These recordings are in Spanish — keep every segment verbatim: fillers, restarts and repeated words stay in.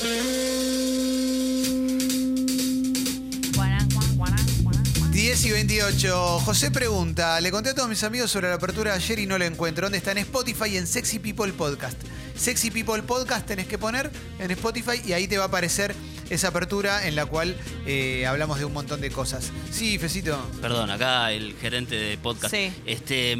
diez y veintiocho. José pregunta, le conté a todos mis amigos sobre la apertura de ayer y no lo encuentro. ¿Dónde está? En Spotify y en Sexy People Podcast. Sexy People Podcast tenés que poner en Spotify y ahí te va a aparecer esa apertura en la cual eh, hablamos de un montón de cosas. Sí, Fecito. Perdón, acá el gerente de podcast. Sí. Este,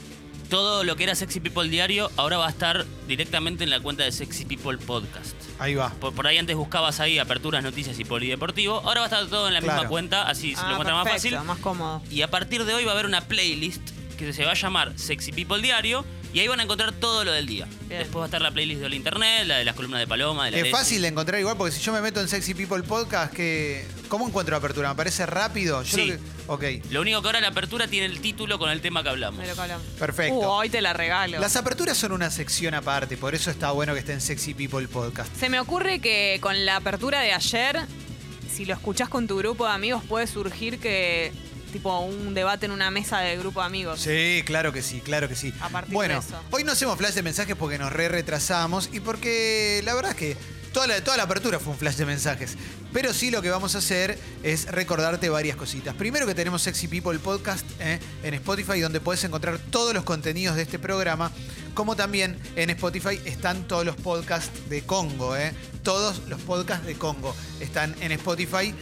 todo lo que era Sexy People Diario ahora va a estar directamente en la cuenta de Sexy People Podcast. Ahí va. Por, por ahí antes buscabas ahí aperturas, noticias y polideportivo. Ahora va a estar todo en la Claro. misma cuenta, así se Ah, lo encuentra más perfecto, fácil. más cómodo. Y a partir de hoy va a haber una playlist que se va a llamar Sexy People Diario y ahí van a encontrar todo lo del día. Bien. Después va a estar la playlist de la internet, la de las columnas de Paloma, de la Es Leti. fácil de encontrar igual porque si yo me meto en Sexy People Podcast, que ¿cómo encuentro apertura? ¿Me parece rápido? Yo Sí. creo que- Ok, Lo único que ahora la apertura tiene el título con el tema que hablamos. De lo que hablamos. perfecto. Uh, hoy te la regalo. Las aperturas son una sección aparte, por eso está bueno que esté en Sexy People Podcast. Se me ocurre que con la apertura de ayer, si lo escuchás con tu grupo de amigos, puede surgir que tipo un debate en una mesa de grupo de amigos. Sí, claro que sí, claro que sí. A partir bueno, de eso. hoy no hacemos flash de mensajes porque nos re retrasamos y porque la verdad es que toda la, toda la apertura fue un flash de mensajes. Pero sí lo que vamos a hacer es recordarte varias cositas. Primero que tenemos Sexy People Podcast eh, en Spotify, donde podés encontrar todos los contenidos de este programa, como también en Spotify están todos los podcasts de Congo. Eh. Todos los podcasts de Congo están en Spotify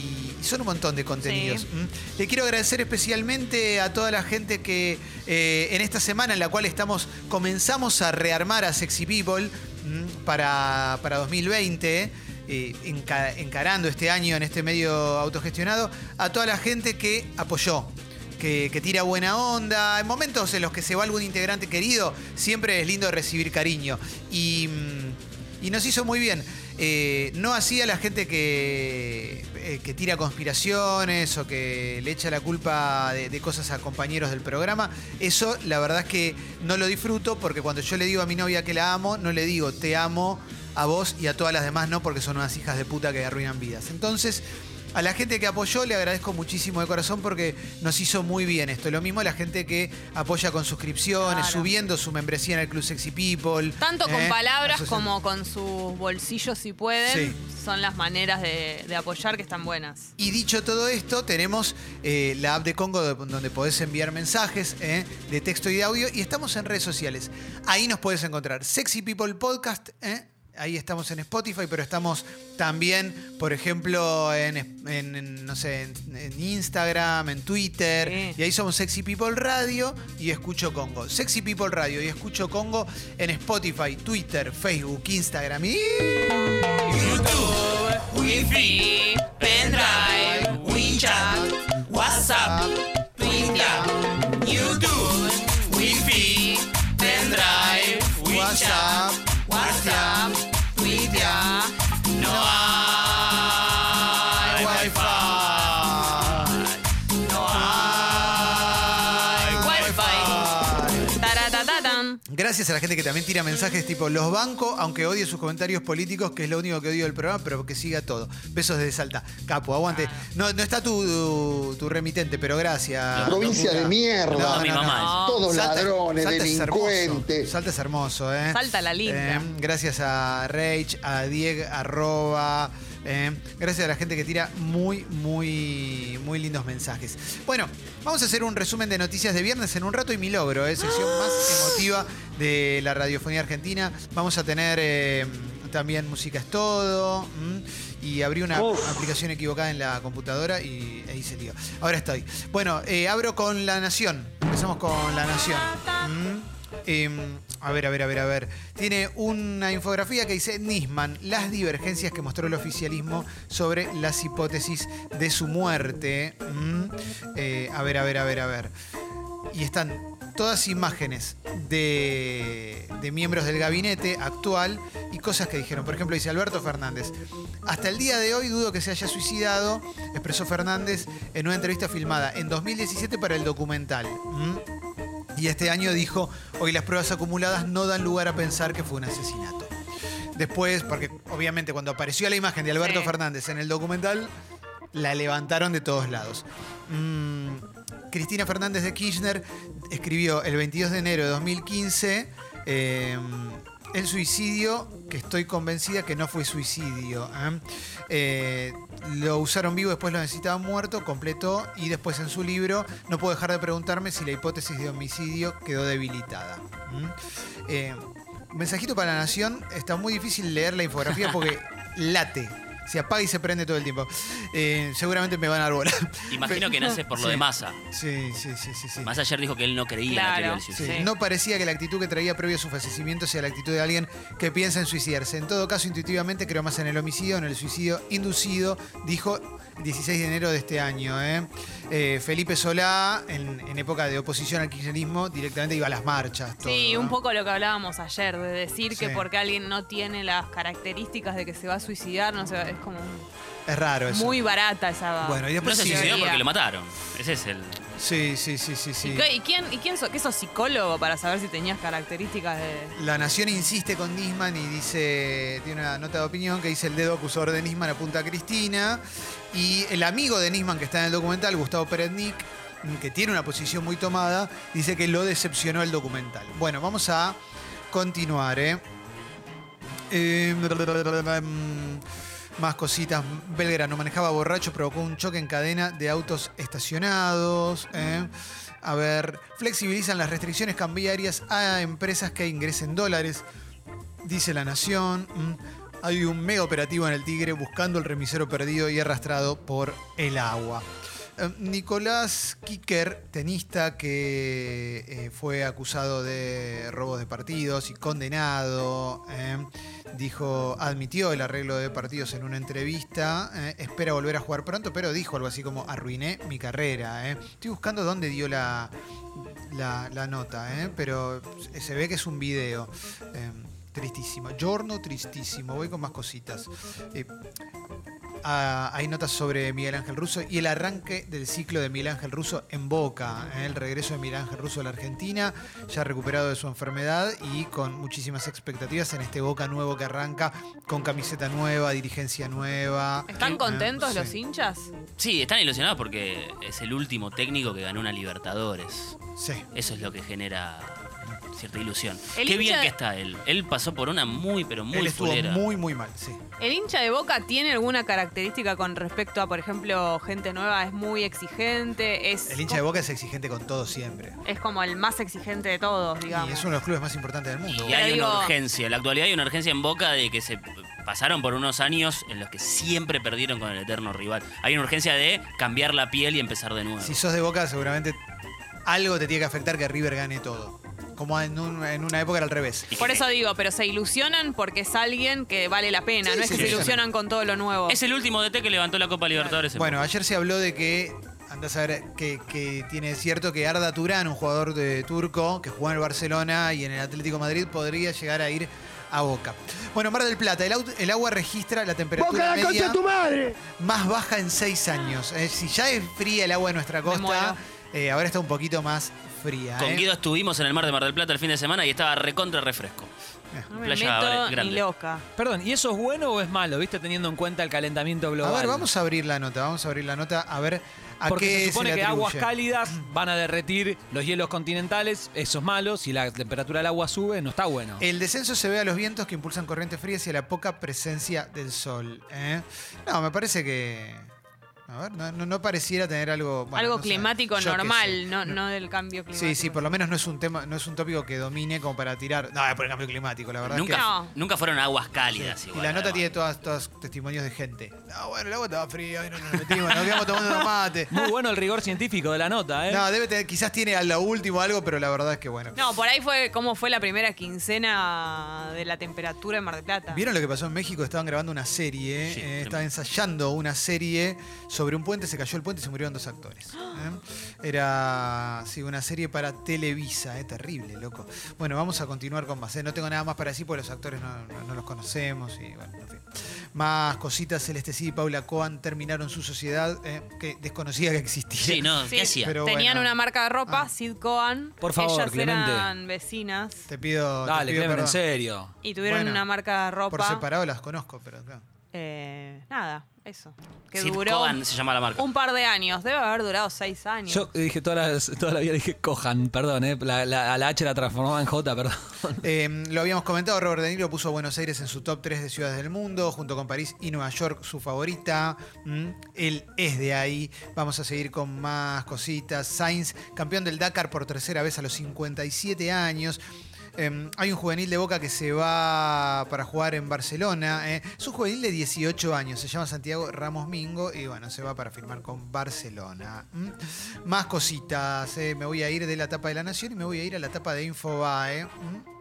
y son un montón de contenidos. Sí. ¿Mm? Le quiero agradecer especialmente a toda la gente que eh, en esta semana en la cual estamos comenzamos a rearmar a Sexy People ¿m? para, para dos mil veinte, eh, enca- encarando este año en este medio autogestionado, a toda la gente que apoyó. Que, que tira buena onda. En momentos en los que se va algún integrante querido, siempre es lindo recibir cariño. Y, mm, y nos hizo muy bien. Eh, no así a la gente que, eh, que tira conspiraciones o que le echa la culpa de, de cosas a compañeros del programa. Eso la verdad es que no lo disfruto porque cuando yo le digo a mi novia que la amo, no le digo te amo a vos y a todas las demás no, porque son unas hijas de puta que arruinan vidas. Entonces, a la gente que apoyó le agradezco muchísimo de corazón porque nos hizo muy bien esto. Lo mismo a la gente que apoya con suscripciones, Claro. subiendo su membresía en el Club Sexy People. Tanto con ¿eh? palabras Asociación- como con sus bolsillos si pueden, Sí. son las maneras de, de apoyar que están buenas. Y dicho todo esto, tenemos eh, la app de Congo donde podés enviar mensajes eh, de texto y de audio y estamos en redes sociales. Ahí nos puedes encontrar. Sexy People Podcast, eh, ahí estamos en Spotify, pero estamos también, por ejemplo, en, en- en, no sé, en, en Instagram, en Twitter. Sí. Y ahí somos Sexy People Radio y Escucho Congo. Sexy People Radio y Escucho Congo en Spotify, Twitter, Facebook, Instagram y... YouTube, Wi-Fi, Pendrive, WeChat, WhatsApp, Twitter, YouTube, Wi-Fi, Pendrive, WhatsApp, WhatsApp, Twitter. No hay Wi-Fi. No hay Wi-Fi. Taratatatan. Gracias a la gente que también tira mensajes tipo los banco, aunque odie sus comentarios políticos, que es lo único que odio del programa, pero que siga todo. Besos desde Salta. Capo, aguante. No, no está tu, tu remitente, pero gracias. Provincia de mierda. No, mi mamá. Todos Salta- ladrones, Salta es hermoso. delincuentes. Salta es hermoso, ¿eh? Salta la linda. Eh, gracias a Rage, a Diego, arroba. eh, gracias a la gente que tira muy, muy, muy lindos mensajes. Bueno, vamos a hacer un resumen de noticias de viernes en un rato y mi logro, ¿eh? Sección más emotiva de la radiofonía argentina. Vamos a tener eh, también Música es Todo. ¿m? Y abrí una Uf. aplicación equivocada en la computadora y ahí se lío. Ahora estoy. Bueno, eh, abro con La Nación. Empezamos con La Nación. ¿m? Eh, a ver, a ver, a ver, a ver. Tiene una infografía que dice Nisman, las divergencias que mostró el oficialismo sobre las hipótesis de su muerte. ¿m? Eh, a ver, a ver, a ver, a ver. Y están todas imágenes de, de miembros del gabinete actual y cosas que dijeron. Por ejemplo, dice Alberto Fernández. Hasta el día de hoy dudo que se haya suicidado, expresó Fernández en una entrevista filmada en dos mil diecisiete para el documental. ¿m? Y este año dijo, hoy las pruebas acumuladas no dan lugar a pensar que fue un asesinato. Después, porque obviamente cuando apareció la imagen de Alberto Sí. Fernández en el documental, la levantaron de todos lados. Mm, Cristina Fernández de Kirchner escribió el veintidós de enero de dos mil quince eh, el suicidio, que estoy convencida que no fue suicidio. ¿eh? Eh, lo usaron vivo, después lo necesitaban muerto, completó, y después en su libro no puedo dejar de preguntarme si la hipótesis de homicidio quedó debilitada. ¿Mm? Eh, mensajito para la Nación, está muy difícil leer la infografía porque late. Se apaga y se prende todo el tiempo. Eh, seguramente me van a dar bola. Imagino que nace por lo Sí. de Massa. Sí, sí, sí, sí, sí. Massa ayer dijo que él no creía en la Claro. teoría del Sí, suicidio. Sí. No parecía que la actitud que traía previo a su fallecimiento sea la actitud de alguien que piensa en suicidarse. En todo caso, intuitivamente creo más en el homicidio, en el suicidio inducido, dijo dieciséis de enero de este año. ¿eh? Eh, Felipe Solá, en, en época de oposición al kirchnerismo, directamente iba a las marchas. Todo, Sí, ¿no? un poco lo que hablábamos ayer, de decir que Sí. porque alguien no tiene las características de que se va a suicidar, no sé, es como Es raro eso. muy barata esa. Bueno, y No después se sí. suicidó teoría. porque lo mataron. Ese es el... Sí, sí, sí, sí, sí. ¿Y, qué- y quién, y quién sos? ¿Qué sos psicólogo para saber si tenías características de. La Nación insiste con Nisman y dice, tiene una nota de opinión que dice: el dedo acusador de Nisman apunta a Cristina. Y el amigo de Nisman que está en el documental, Gustavo Peretnik, que tiene una posición muy tomada, dice que lo decepcionó el documental. Bueno, vamos a continuar, ¿eh? Eh, Más cositas. Belgrano manejaba borracho, provocó un choque en cadena de autos estacionados. ¿eh? A ver, flexibilizan las restricciones cambiarias a empresas que ingresen dólares, dice La Nación. Mm. Hay un mega operativo en el Tigre buscando el remisero perdido y arrastrado por el agua. Eh, Nicolás Kicker, tenista que eh, fue acusado de robos de partidos y condenado, eh, dijo, admitió el arreglo de partidos en una entrevista, eh, espera volver a jugar pronto, pero dijo algo así como: arruiné mi carrera. eh. Estoy buscando dónde dio la, la, la nota, eh, pero se ve que es un video. Eh, tristísimo, giorno tristísimo. Voy con más cositas. Eh, Ah, hay notas sobre Miguel Ángel Russo y el arranque del ciclo de Miguel Ángel Russo en Boca. ¿eh? El regreso de Miguel Ángel Russo a la Argentina, ya recuperado de su enfermedad y con muchísimas expectativas en este Boca nuevo que arranca con camiseta nueva, dirigencia nueva. ¿Están Eh, contentos sí. los hinchas? Sí, están ilusionados porque es el último técnico que ganó una Libertadores. Sí. Eso es lo que genera cierta ilusión. El Qué hincha- bien que está él. Él pasó por una muy, pero muy Él estuvo fulera. muy, muy mal, sí. ¿El hincha de Boca tiene alguna característica con respecto a, por ejemplo, gente nueva? ¿Es muy exigente? ¿Es, El hincha de Boca es exigente con todo siempre. es como el más exigente de todos, digamos? Y es uno de los clubes más importantes del mundo. Y Pero hay digo- una urgencia. En la actualidad hay una urgencia en Boca de que se pasaron por unos años en los que siempre perdieron con el eterno rival. Hay una urgencia de cambiar la piel y empezar de nuevo. Si sos de Boca, seguramente algo te tiene que afectar que River gane todo. Como en, un- en una época era al revés. Y Por que- eso digo, pero se ilusionan porque es alguien que vale la pena, Sí, no es sí, que sí, se sí. ilusionan con todo lo nuevo. Es el último D T que levantó la Copa Libertadores. en Bueno, Boca. ayer se habló de que, andás a ver, que, que tiene cierto que Arda Turán, un jugador de turco que jugó en el Barcelona y en el Atlético de Madrid, podría llegar a ir a Boca. Bueno, Mar del Plata, el, aut- el agua registra la temperatura ¡Boca la concha media de tu madre! más baja en seis años. Eh, si ya es fría el agua de nuestra muero. costa, eh, ahora está un poquito más fría. Con eh. Guido estuvimos en el mar de Mar del Plata el fin de semana y estaba recontra refresco. no me Playa meto grande. ni loca. Perdón, ¿y eso es bueno o es malo, viste, teniendo en cuenta el calentamiento global? A ver, vamos a abrir la nota, vamos a abrir la nota a ver a Porque qué se supone le que aguas atribuye. cálidas van a derretir los hielos continentales, eso es malo, si la temperatura del agua sube, no está bueno. El descenso se ve a los vientos que impulsan corrientes frías y a la poca presencia del sol. ¿eh? No, me parece que... A ver, no, no, no pareciera tener algo... bueno, Algo no sé, climático yo qué normal, sé. no, no del cambio climático. Sí, sí, por lo menos no es un tema, no es un tópico que domine como para tirar. No, por el cambio climático, la verdad. Nunca, es que, No. nunca fueron aguas cálidas. y igual, la nota además. tiene todas, todos testimonios de gente. No, bueno, el agua estaba fría, y no nos metimos, nos quedamos tomando unos mates. Muy bueno el rigor científico de la nota, ¿eh? No, debe tener, quizás tiene a lo último algo, pero la verdad es que bueno. No, por ahí fue cómo fue la primera quincena de la temperatura en Mar del Plata. ¿Vieron lo que pasó en México? Estaban grabando una serie, Sí, eh, tremendo. estaban ensayando una serie sobre un puente, se cayó el puente y se murieron dos actores. ¿eh? Era sí, una serie para Televisa, eh, terrible, loco. Bueno, vamos a continuar con más. ¿eh? No tengo nada más para decir porque los actores no, no- no los conocemos y bueno, en fin. Más cositas, Celeste Cid y Paula Coan terminaron su sociedad, eh, que desconocía que existía. Sí, no, Sí, ¿qué hacía? pero Tenían bueno. una marca de ropa, Ah. Sid Coan. Por favor, Ellas Clemente. eran vecinas Te pido, te Dale, pido Clemen, en perdón. serio. y tuvieron Bueno, una marca de Por ropa. separado las conozco, pero claro. Eh, nada, eso. Que Sir duró Cohan se llama la marca. un par de años. Debe haber durado seis años. Yo dije toda la, toda la vida dije Cojan, perdón, eh. la, la, a la H la transformaba en J, perdón. Eh, lo habíamos comentado, Robert De Niro puso a Buenos Aires en su top tres de ciudades del mundo, junto con París y Nueva York, su favorita. Mm, él es de ahí. Vamos a seguir con más cositas. Sainz, campeón del Dakar por tercera vez a los cincuenta y siete años. Eh, hay un juvenil de Boca que se va para jugar en Barcelona. Eh. Es un juvenil de dieciocho años, se llama Santiago Ramos Mingo y bueno, se va para firmar con Barcelona. ¿Mm? Más cositas. Eh. Me voy a ir de la tapa de La Nación y me voy a ir a la tapa de Infobae. ¿Mm?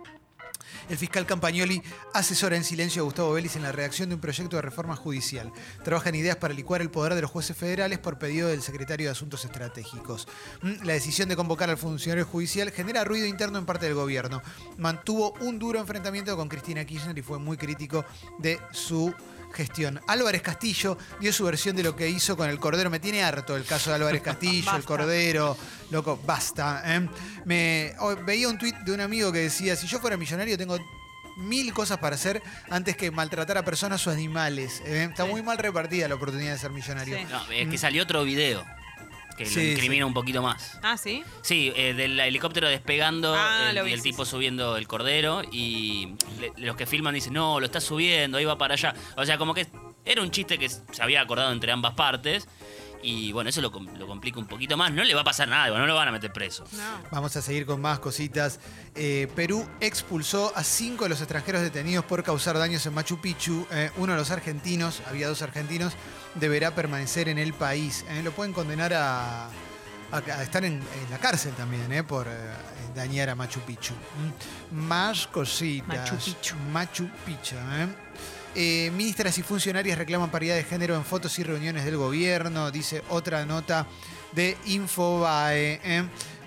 El fiscal Campagnoli asesora en silencio a Gustavo Vélez en la redacción de un proyecto de reforma judicial. Trabaja en ideas para licuar el poder de los jueces federales por pedido del secretario de Asuntos Estratégicos. La decisión de convocar al funcionario judicial genera ruido interno en parte del gobierno. Mantuvo un duro enfrentamiento con Cristina Kirchner y fue muy crítico de su gestión. Álvarez Castillo dio su versión de lo que hizo con el Cordero. Me tiene harto el caso de Álvarez Castillo, el Cordero. Loco, basta. ¿eh? Me, oh, veía un tuit de un amigo que decía, si yo fuera millonario tengo mil cosas para hacer antes que maltratar a personas o animales. ¿eh? Está Sí. muy mal repartida la oportunidad de ser millonario. Sí. No, es que salió otro video que lo Sí, incrimina sí. un poquito más. Ah, ¿sí? Sí, eh, del helicóptero despegando Ah, el- lo vi, y el sí, tipo sí. subiendo el cordero y le- los que filman dicen, no, lo está subiendo, ahí va para allá. O sea, como que era un chiste que se había acordado entre ambas partes y bueno, eso lo, com- lo complica un poquito más. No le va a pasar nada, no lo van a meter preso. No. Vamos a seguir con más cositas. Eh, Perú expulsó a cinco de los extranjeros detenidos por causar daños en Machu Picchu. Eh, uno de los argentinos, había dos argentinos, deberá permanecer en el país. Eh, lo pueden condenar a, a- a estar en, en la cárcel también, eh, por eh, dañar a Machu Picchu. Mm. Más cositas. Machu Picchu. Machu Picchu, eh. Eh, ministras y funcionarias reclaman paridad de género en fotos y reuniones del gobierno, dice otra nota de Infobae. ¿eh?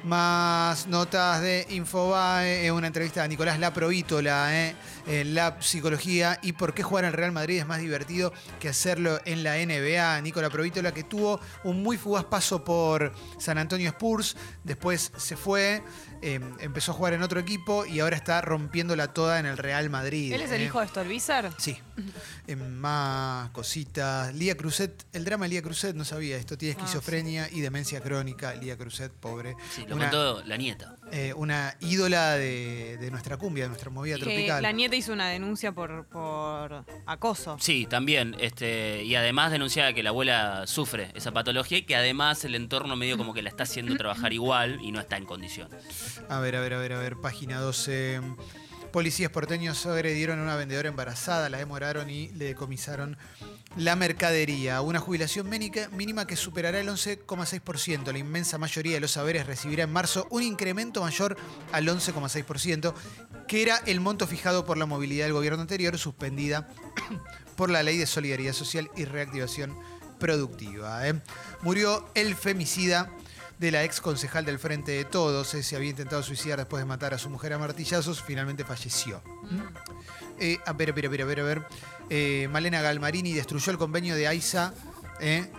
Más notas de Infobae, eh, una entrevista a Nicolás Laprovítola, ¿eh? en la psicología y por qué jugar en Real Madrid es más divertido que hacerlo en la N B A. Nicolás Provítola, que tuvo un muy fugaz paso por San Antonio Spurs, después se fue, eh, empezó a jugar en otro equipo y ahora está rompiéndola toda en el Real Madrid. ¿Él es el ¿eh? hijo de Stolbizer? Sí. Eh, más cositas. Lía Cruzet, el drama de Lía Cruzet, no sabía esto, tiene Ah, esquizofrenia y demencia crónica. Lía Cruzet, pobre. Sí, lo una, contó la nieta. eh, una ídola de, de nuestra cumbia, de nuestra movida Que tropical. la nieta hizo una denuncia por, por acoso. Sí, también. Este, y además denunciaba que la abuela sufre esa patología y que además el entorno medio como que la está haciendo trabajar igual y no está en condiciones. A ver, a ver, a ver, a ver, página doce. Policías porteños agredieron a una vendedora embarazada, la demoraron y le decomisaron la mercadería. Una jubilación ménica- mínima que superará el once coma seis por ciento. La inmensa mayoría de los saberes recibirá en marzo un incremento mayor al once coma seis por ciento, que era el monto fijado por la movilidad del gobierno anterior, suspendida por la Ley de Solidaridad Social y Reactivación Productiva. ¿eh? Murió el femicida de la ex concejal del Frente de Todos. Eh, se había intentado suicidar después de matar a su mujer a martillazos. Finalmente falleció. ¿Mm? Eh, a ver, a ver, a ver, a ver. a ver. Eh, Malena Galmarini destruyó el convenio de AISA eh,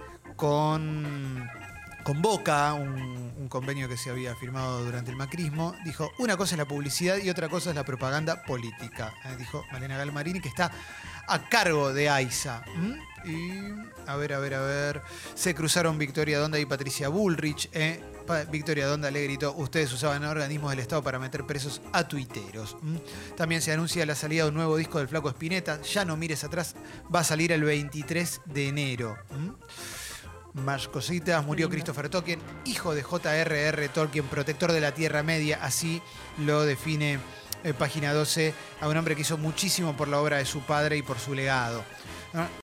con, con Boca, un, un convenio que se había firmado durante el macrismo. Dijo, una cosa es la publicidad y otra cosa es la propaganda política. Eh, dijo Malena Galmarini, que está a cargo de AISA. ¿Mm? Y, a ver, a ver, a ver. Se cruzaron Victoria Donda y Patricia Bullrich. ¿eh? Pa- Victoria Donda le gritó, ustedes usaban organismos del Estado para meter presos a tuiteros. ¿Mm? También se anuncia la salida de un nuevo disco del Flaco Spinetta. Ya no mires atrás, va a salir el veintitrés de enero. ¿Mm? Más cositas. Murió Christopher Tolkien, hijo de J R R Tolkien, protector de la Tierra Media. Así lo define eh, página doce, a un hombre que hizo muchísimo por la obra de su padre y por su legado. ¿no?